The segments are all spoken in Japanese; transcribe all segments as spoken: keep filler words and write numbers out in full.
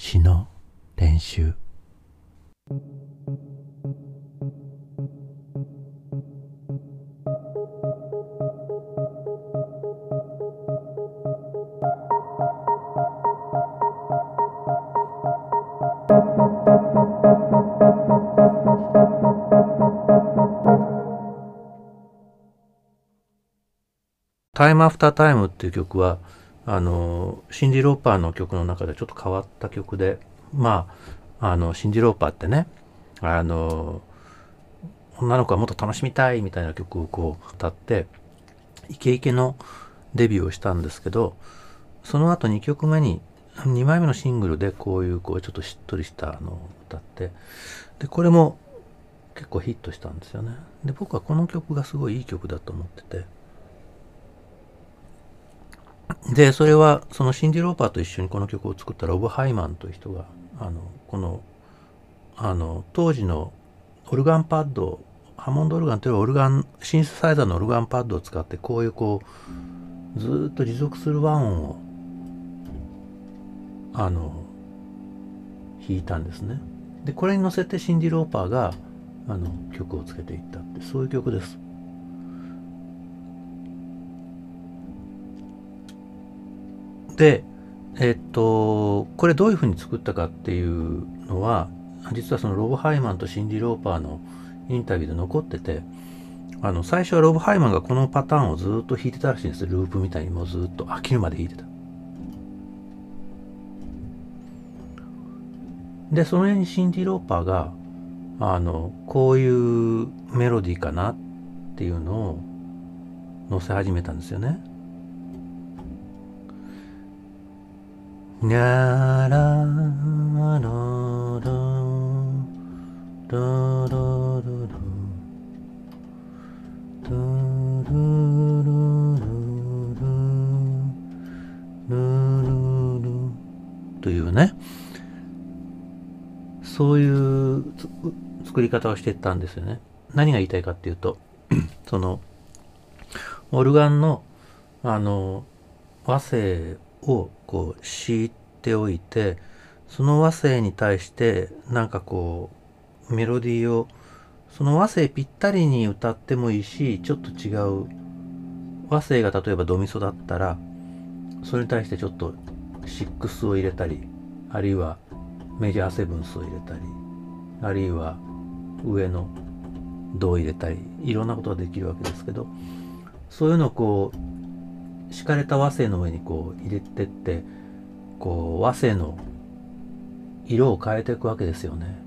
詩の練習。タイムアフタータイムっていう曲はあのシンディ・ローパーの曲の中でちょっと変わった曲で、まああのシンディ・ローパーってね、あの女の子はもっと楽しみたいみたいな曲をこう歌ってイケイケのデビューをしたんですけど、その後にきょくめににまいめのシングルでこういうこうちょっとしっとりしたのを歌って、でこれも結構ヒットしたんですよね。で僕はこの曲がすごいいい曲だと思ってて、でそれはそのシンディ・ローパーと一緒にこの曲を作ったロブ・ハイマンという人があのこのあの当時のオルガンパッド、ハモンドオルガンというオルガンシンセサイザーのオルガンパッドを使ってこういうこうずーっと持続する和音をあの弾いたんですね。でこれに乗せてシンディ・ローパーがあの曲をつけていったって、そういう曲です。でえっとこれどういうふうに作ったかっていうのは実はそのロブ・ハイマンとシンディ・ローパーのインタビューで残ってて、あの最初はロブ・ハイマンがこのパターンをずっと弾いてたらしいんです。ループみたいにもうずっと飽きるまで弾いてた。でその辺にシンディ・ローパーがあのこういうメロディーかなっていうのを載せ始めたんですよね。にゃららららららというね、そういう作り方をしていったんですよね。何が言いたいかっていうとそのオルガンのあの和声をこう敷いておいて、その和声に対してなんかこうメロディーをその和声ぴったりに歌ってもいいし、ちょっと違う和声が例えばドミソだったらそれに対してちょっとシックスを入れたり、あるいはメジャーセブンスを入れたり、あるいは上のドを入れたり、いろんなことができるわけですけど、そういうのをこう敷かれた和声の上にこう入れてって、こう和声の色を変えていくわけですよね。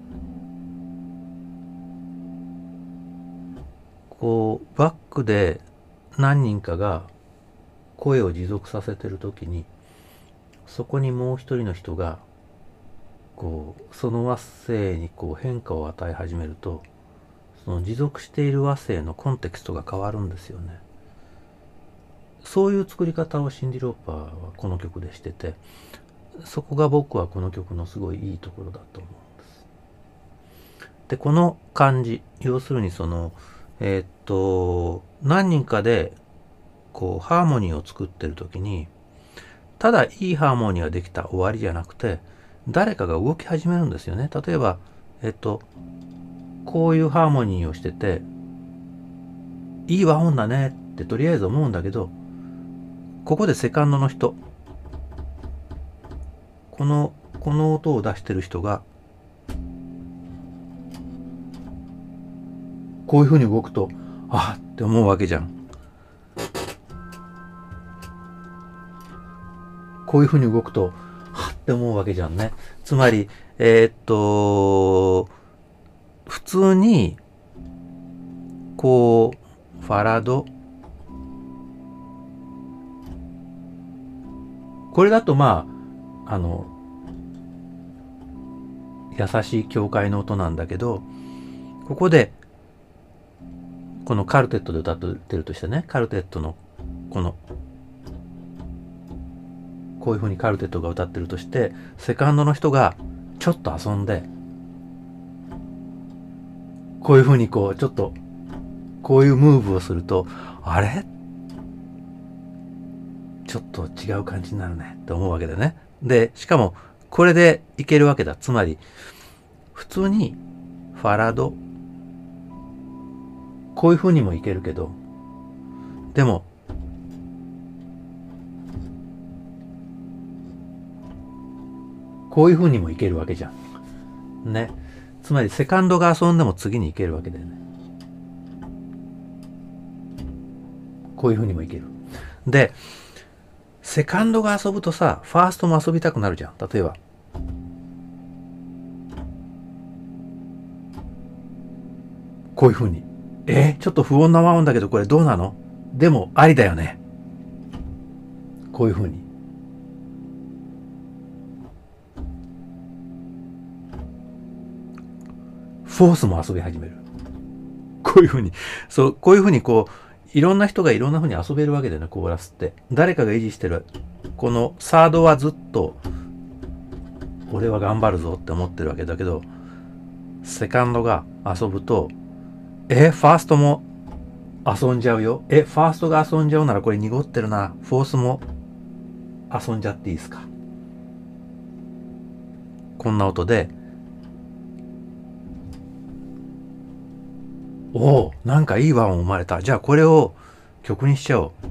こうバックで何人かが声を持続させてる時に、そこにもう一人の人がこうその和声にこう変化を与え始めると、その持続している和声のコンテクストが変わるんですよね。そういう作り方をシンディ・ローパーはこの曲でしてて、そこが僕はこの曲のすごいいいところだと思うんです。でこの感じ、要するにそのえー、っと何人かでこうハーモニーを作ってる時に、ただいいハーモニーができた終わりじゃなくて、誰かが動き始めるんですよね。例えばえっとこういうハーモニーをしてていい和音だねってとりあえず思うんだけど、ここでセカンドの人、このこの音を出してる人がこういう風に動くと、あっって思うわけじゃん。こういう風に動くとはって思うわけじゃんね。つまりえー、っと普通にこうファラド、これだとまああの優しい教会の音なんだけど、ここでこのカルテットで歌ってるとしてね、カルテットのこのこういう風にカルテットが歌ってるとして、セカンドの人がちょっと遊んでこういう風にこうちょっとこういうムーブをすると、あれちょっと違う感じになるねって思うわけだよね。でしかもこれでいけるわけだ。つまり、普通にファラド、こういう風にもいけるけど、でも、こういう風にもいけるわけじゃん。ね。つまり、セカンドが遊んでも次にいけるわけだよね。こういう風にもいける。で、セカンドが遊ぶとさ、ファーストも遊びたくなるじゃん。例えば。こういう風に。えちょっと不穏な和音だけどこれどうなの？でもありだよね。こういう風に。フォースも遊び始める。こういう風に。そう、こういう風にこう、いろんな人がいろんな風に遊べるわけだよね、コーラスって。誰かが維持してる。このサードはずっと、俺は頑張るぞって思ってるわけだけど、セカンドが遊ぶと、え、ファーストも遊んじゃうよ。え、ファーストが遊んじゃうならこれ濁ってるな。フォースも遊んじゃっていいですか。こんな音で、おお、なんかいい和音生まれた。じゃあこれを曲にしちゃおう。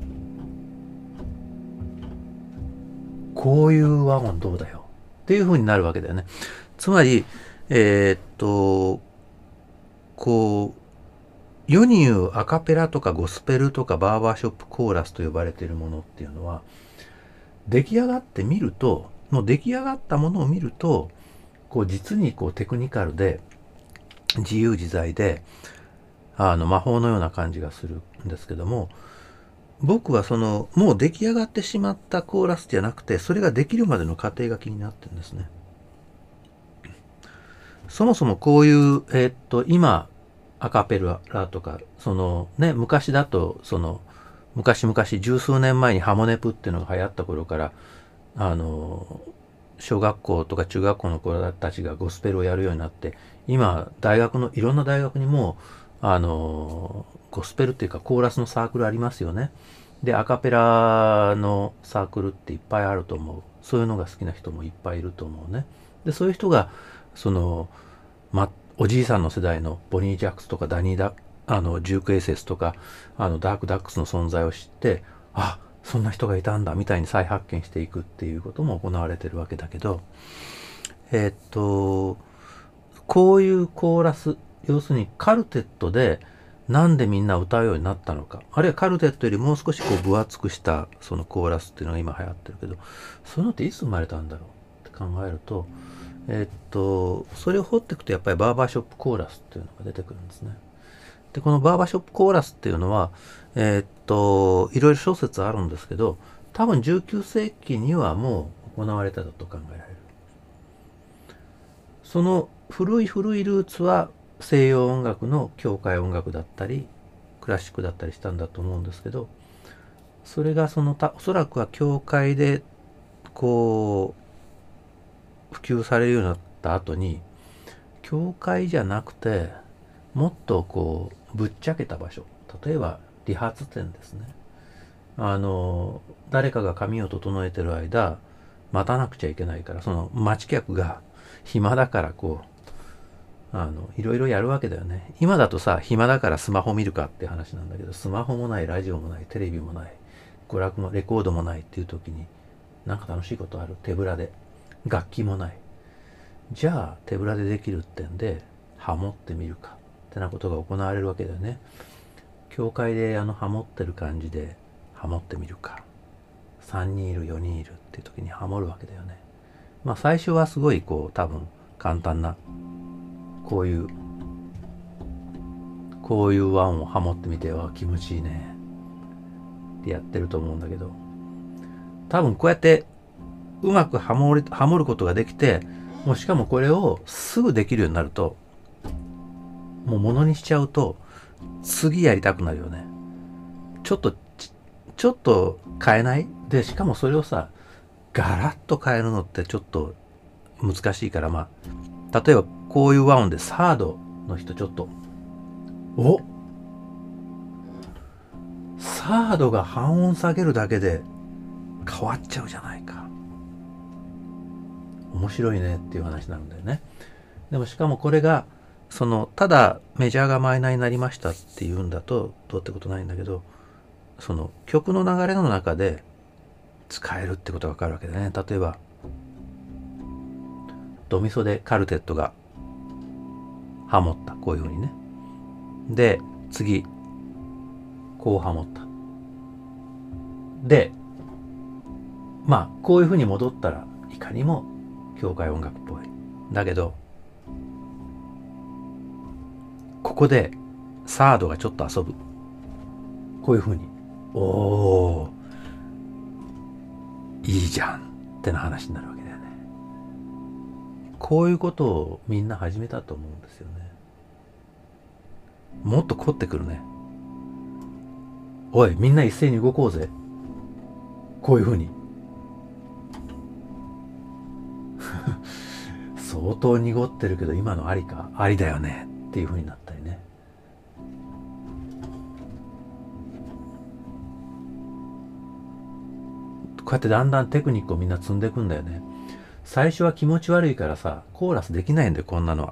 こういう和音どうだよ。っていう風になるわけだよね。つまり、えー、っと、こう、世に言うアカペラとかゴスペルとかバーバーショップコーラスと呼ばれているものっていうのは、出来上がってみると、もう出来上がったものを見ると、こう実にこうテクニカルで、自由自在で、あの魔法のような感じがするんですけども、僕はその、もう出来上がってしまったコーラスじゃなくて、それができるまでの過程が気になってるんですね。そもそもこういう、えー、っと、今、アカペラとか、そのね、昔だと、その、昔々十数年前にハモネプっていうのが流行った頃から、あの、小学校とか中学校の子たちがゴスペルをやるようになって、今、大学の、いろんな大学にも、あの、ゴスペルっていうかコーラスのサークルありますよね。で、アカペラのサークルっていっぱいあると思う。そういうのが好きな人もいっぱいいると思うね。で、そういう人が、その、ま、おじいさんの世代のボニー・ジャックスとかダニー・ダあのジューク・エイセスとかあのダーク・ダックスの存在を知って、あ、そんな人がいたんだみたいに再発見していくっていうことも行われてるわけだけど、えー、っとこういうコーラス、要するにカルテットでなんでみんな歌うようになったのか、あるいはカルテットよりもう少しこう分厚くしたそのコーラスっていうのが今流行ってるけど、そういうのっていつ生まれたんだろうって考えると、えっと、それを掘っていくとやっぱりバーバーショップコーラスっていうのが出てくるんですね。で、このバーバーショップコーラスっていうのは、えっと、いろいろ諸説あるんですけど、多分じゅうきゅう世紀にはもう行われたと考えられる。その古い古いルーツは西洋音楽の教会音楽だったり、クラシックだったりしたんだと思うんですけど、それがそのた、おそらくは教会で、こう、普及されるようになった後に、教会じゃなくてもっとこうぶっちゃけた場所、例えば理髪店ですね。あの誰かが髪を整えてる間待たなくちゃいけないから、その待ち客が暇だからこうあのいろいろやるわけだよね。今だとさ、暇だからスマホ見るかって話なんだけど、スマホもない、ラジオもない、テレビもない、娯楽もレコードもないっていう時に、なんか楽しいことある？手ぶらで。楽器もない。じゃあ手ぶらでできるってんでハモってみるかってなことが行われるわけだよね。教会であのハモってる感じでハモってみるか、さんにんいるよにんいるっていう時にハモるわけだよね。まあ最初はすごいこう多分簡単なこういうこういう和音をハモってみては気持ちいいねってやってると思うんだけど、多分こうやってうまくハモりハモることができて、もうしかもこれをすぐできるようになると、もうものにしちゃうと次やりたくなるよね。ちょっとちちょっと変えないで、しかもそれをさガラッと変えるのってちょっと難しいから、まあ例えばこういう和音でサードの人ちょっと、おサードが半音下げるだけで変わっちゃうじゃないか。 面白いねっていう話なんだよね。でもしかもこれがそのただメジャーがマイナーになりましたっていうんだとどうってことないんだけど、その曲の流れの中で使えるってことが分かるわけだね。例えばドミソでカルテットがハモった、こういうふうにね。で次こうハモった。でまあこういうふうに戻ったらいかにも教会音楽っぽい。だけどここでサードがちょっと遊ぶ。こういうふうに。おー、いいじゃんってな話になるわけだよね。こういうことをみんな始めたと思うんですよね。もっと凝ってくるね。おい、みんな一斉に動こうぜ。こういうふうに。相当濁ってるけど今のありか、ありだよねっていうふうになったりね。こうやってだんだんテクニックをみんな積んでいくんだよね。最初は気持ち悪いからさ、コーラスできないんだよ、こんなのは。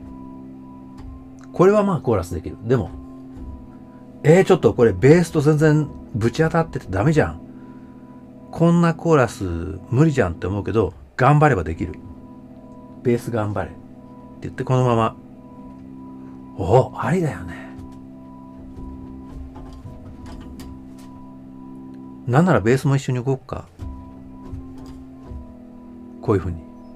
これはまあコーラスできる。でも、えー、ちょっとこれベースと全然ぶち当たっててダメじゃん。こんなコーラス無理じゃんって思うけど、頑張ればできる。ベース頑張れって言ってこのまま、お、ありだよね。なんならベースも一緒に動くか。こういうふうに。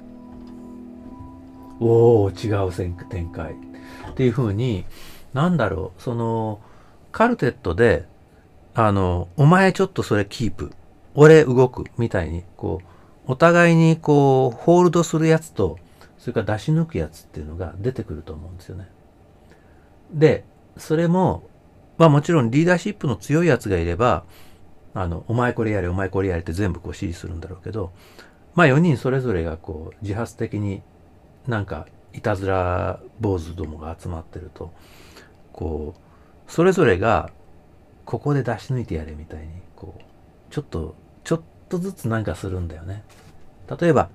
おお、違う展開っていうふうに、なんだろう、そのカルテットで、あのお前ちょっとそれキープ、俺動くみたいに、こうお互いにこうホールドするやつと、それから出し抜くやつっていうのが出てくると思うんですよね。でそれもまあもちろんリーダーシップの強いやつがいれば、あのお前これやれお前これやれって全部こう指示するんだろうけど、まあよにんそれぞれがこう自発的になんかいたずら坊主どもが集まってると、こうそれぞれがここで出し抜いてやれみたいに、こうちょっとちょっとずつなんかするんだよね。例えば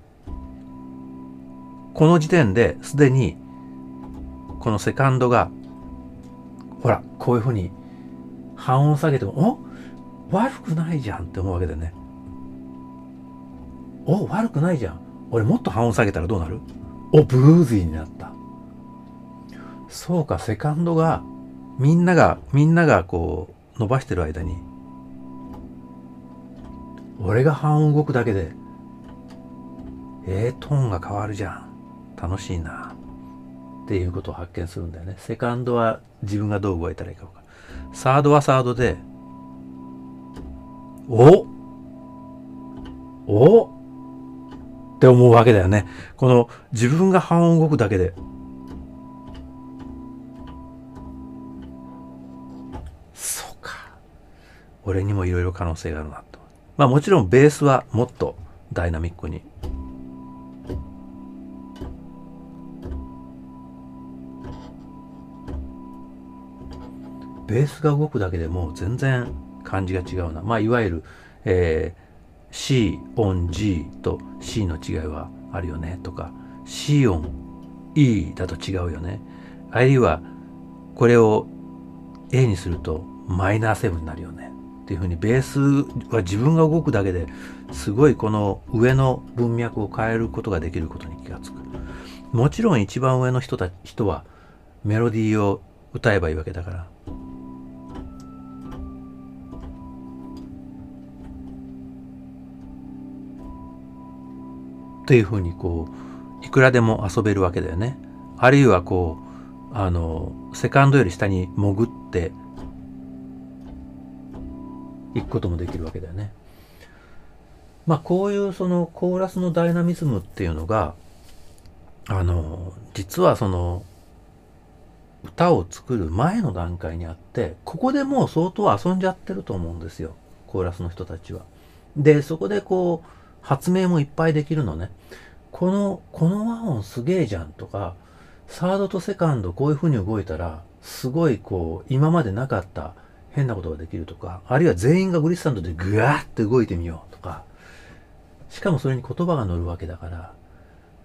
この時点ですでにこのセカンドがほらこういうふうに半音下げても、お、悪くないじゃんって思うわけだよね。お、悪くないじゃん。俺もっと半音下げたらどうなる？お、ブルーズィーになった。そうか、セカンドがみんながみんながこう伸ばしてる間に、俺が半音動くだけでえー、トーンが変わるじゃん。楽しいなっていうことを発見するんだよね。セカンドは自分がどう動いたらいいか分かる。サードはサードで、おおって思うわけだよね。この自分が半音動くだけで、そうか、俺にもいろいろ可能性があるなと。まあもちろんベースはもっとダイナミックに、ベースが動くだけでもう全然感じが違うな。まあいわゆる、えー、C 音 G と C の違いはあるよねとか、 C 音 E だと違うよね、あるいはこれを A にするとマイナーセブンになるよねっていうふうに、ベースは自分が動くだけですごいこの上の文脈を変えることができることに気がつく。もちろん一番上の人た人はメロディーを歌えばいいわけだから、っていうふうにこういくらでも遊べるわけだよね。あるいはこうあのセカンドより下に潜っていくこともできるわけだよね。まあこういうそのコーラスのダイナミズムっていうのが、あの実はその歌を作る前の段階にあって、ここでもう相当遊んじゃってると思うんですよ、コーラスの人たちは。でそこでこう発明もいっぱいできるのね。このこの和音すげえじゃんとか、サードとセカンドこういう風に動いたらすごいこう今までなかった変なことができるとか、あるいは全員がグリッサンドでグワーって動いてみようとか、しかもそれに言葉が乗るわけだから、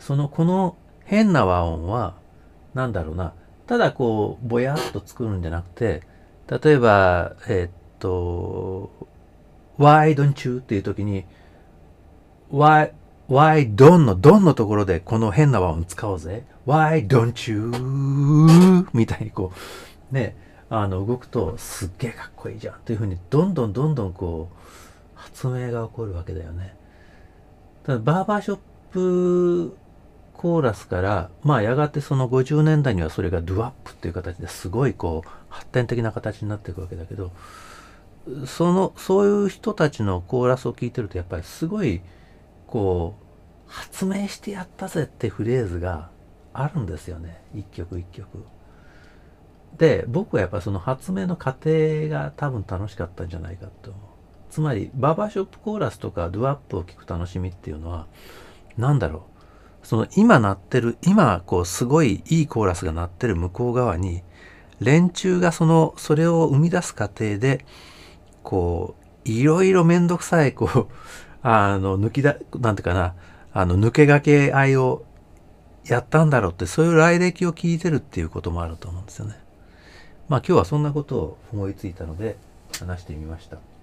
そのこの変な和音はなんだろうな、ただこうぼやっと作るんじゃなくて、例えばえーっと Why don't you っていう時に Why Why don't の don't のところでこの変な和音使おうぜ。Why don't you みたいにこうね、あの動くとすっげえかっこいいじゃんというふうにどんどんどんどんこう発明が起こるわけだよね。ただバーバーショップコーラスから、まあやがてそのごじゅうねんだいにはそれがドゥアップっていう形ですごいこう発展的な形になっていくわけだけど、そのそういう人たちのコーラスを聞いてるとやっぱりすごいこう発明してやったぜってフレーズがあるんですよね、一曲一曲で。僕はやっぱりその発明の過程が多分楽しかったんじゃないかと思う。つまりバーバーショップコーラスとかドゥアップを聞く楽しみっていうのはなんだろう、その今鳴ってる、今こうすごいいいコーラスが鳴ってる向こう側に連中がそのそれを生み出す過程でこういろいろめんどくさいこうあの抜きだなんていうかな、あの抜け駆け合いをやったんだろうって、そういう来歴を聞いてるっていうこともあると思うんですよね。まあ今日はそんなことを思いついたので話してみました。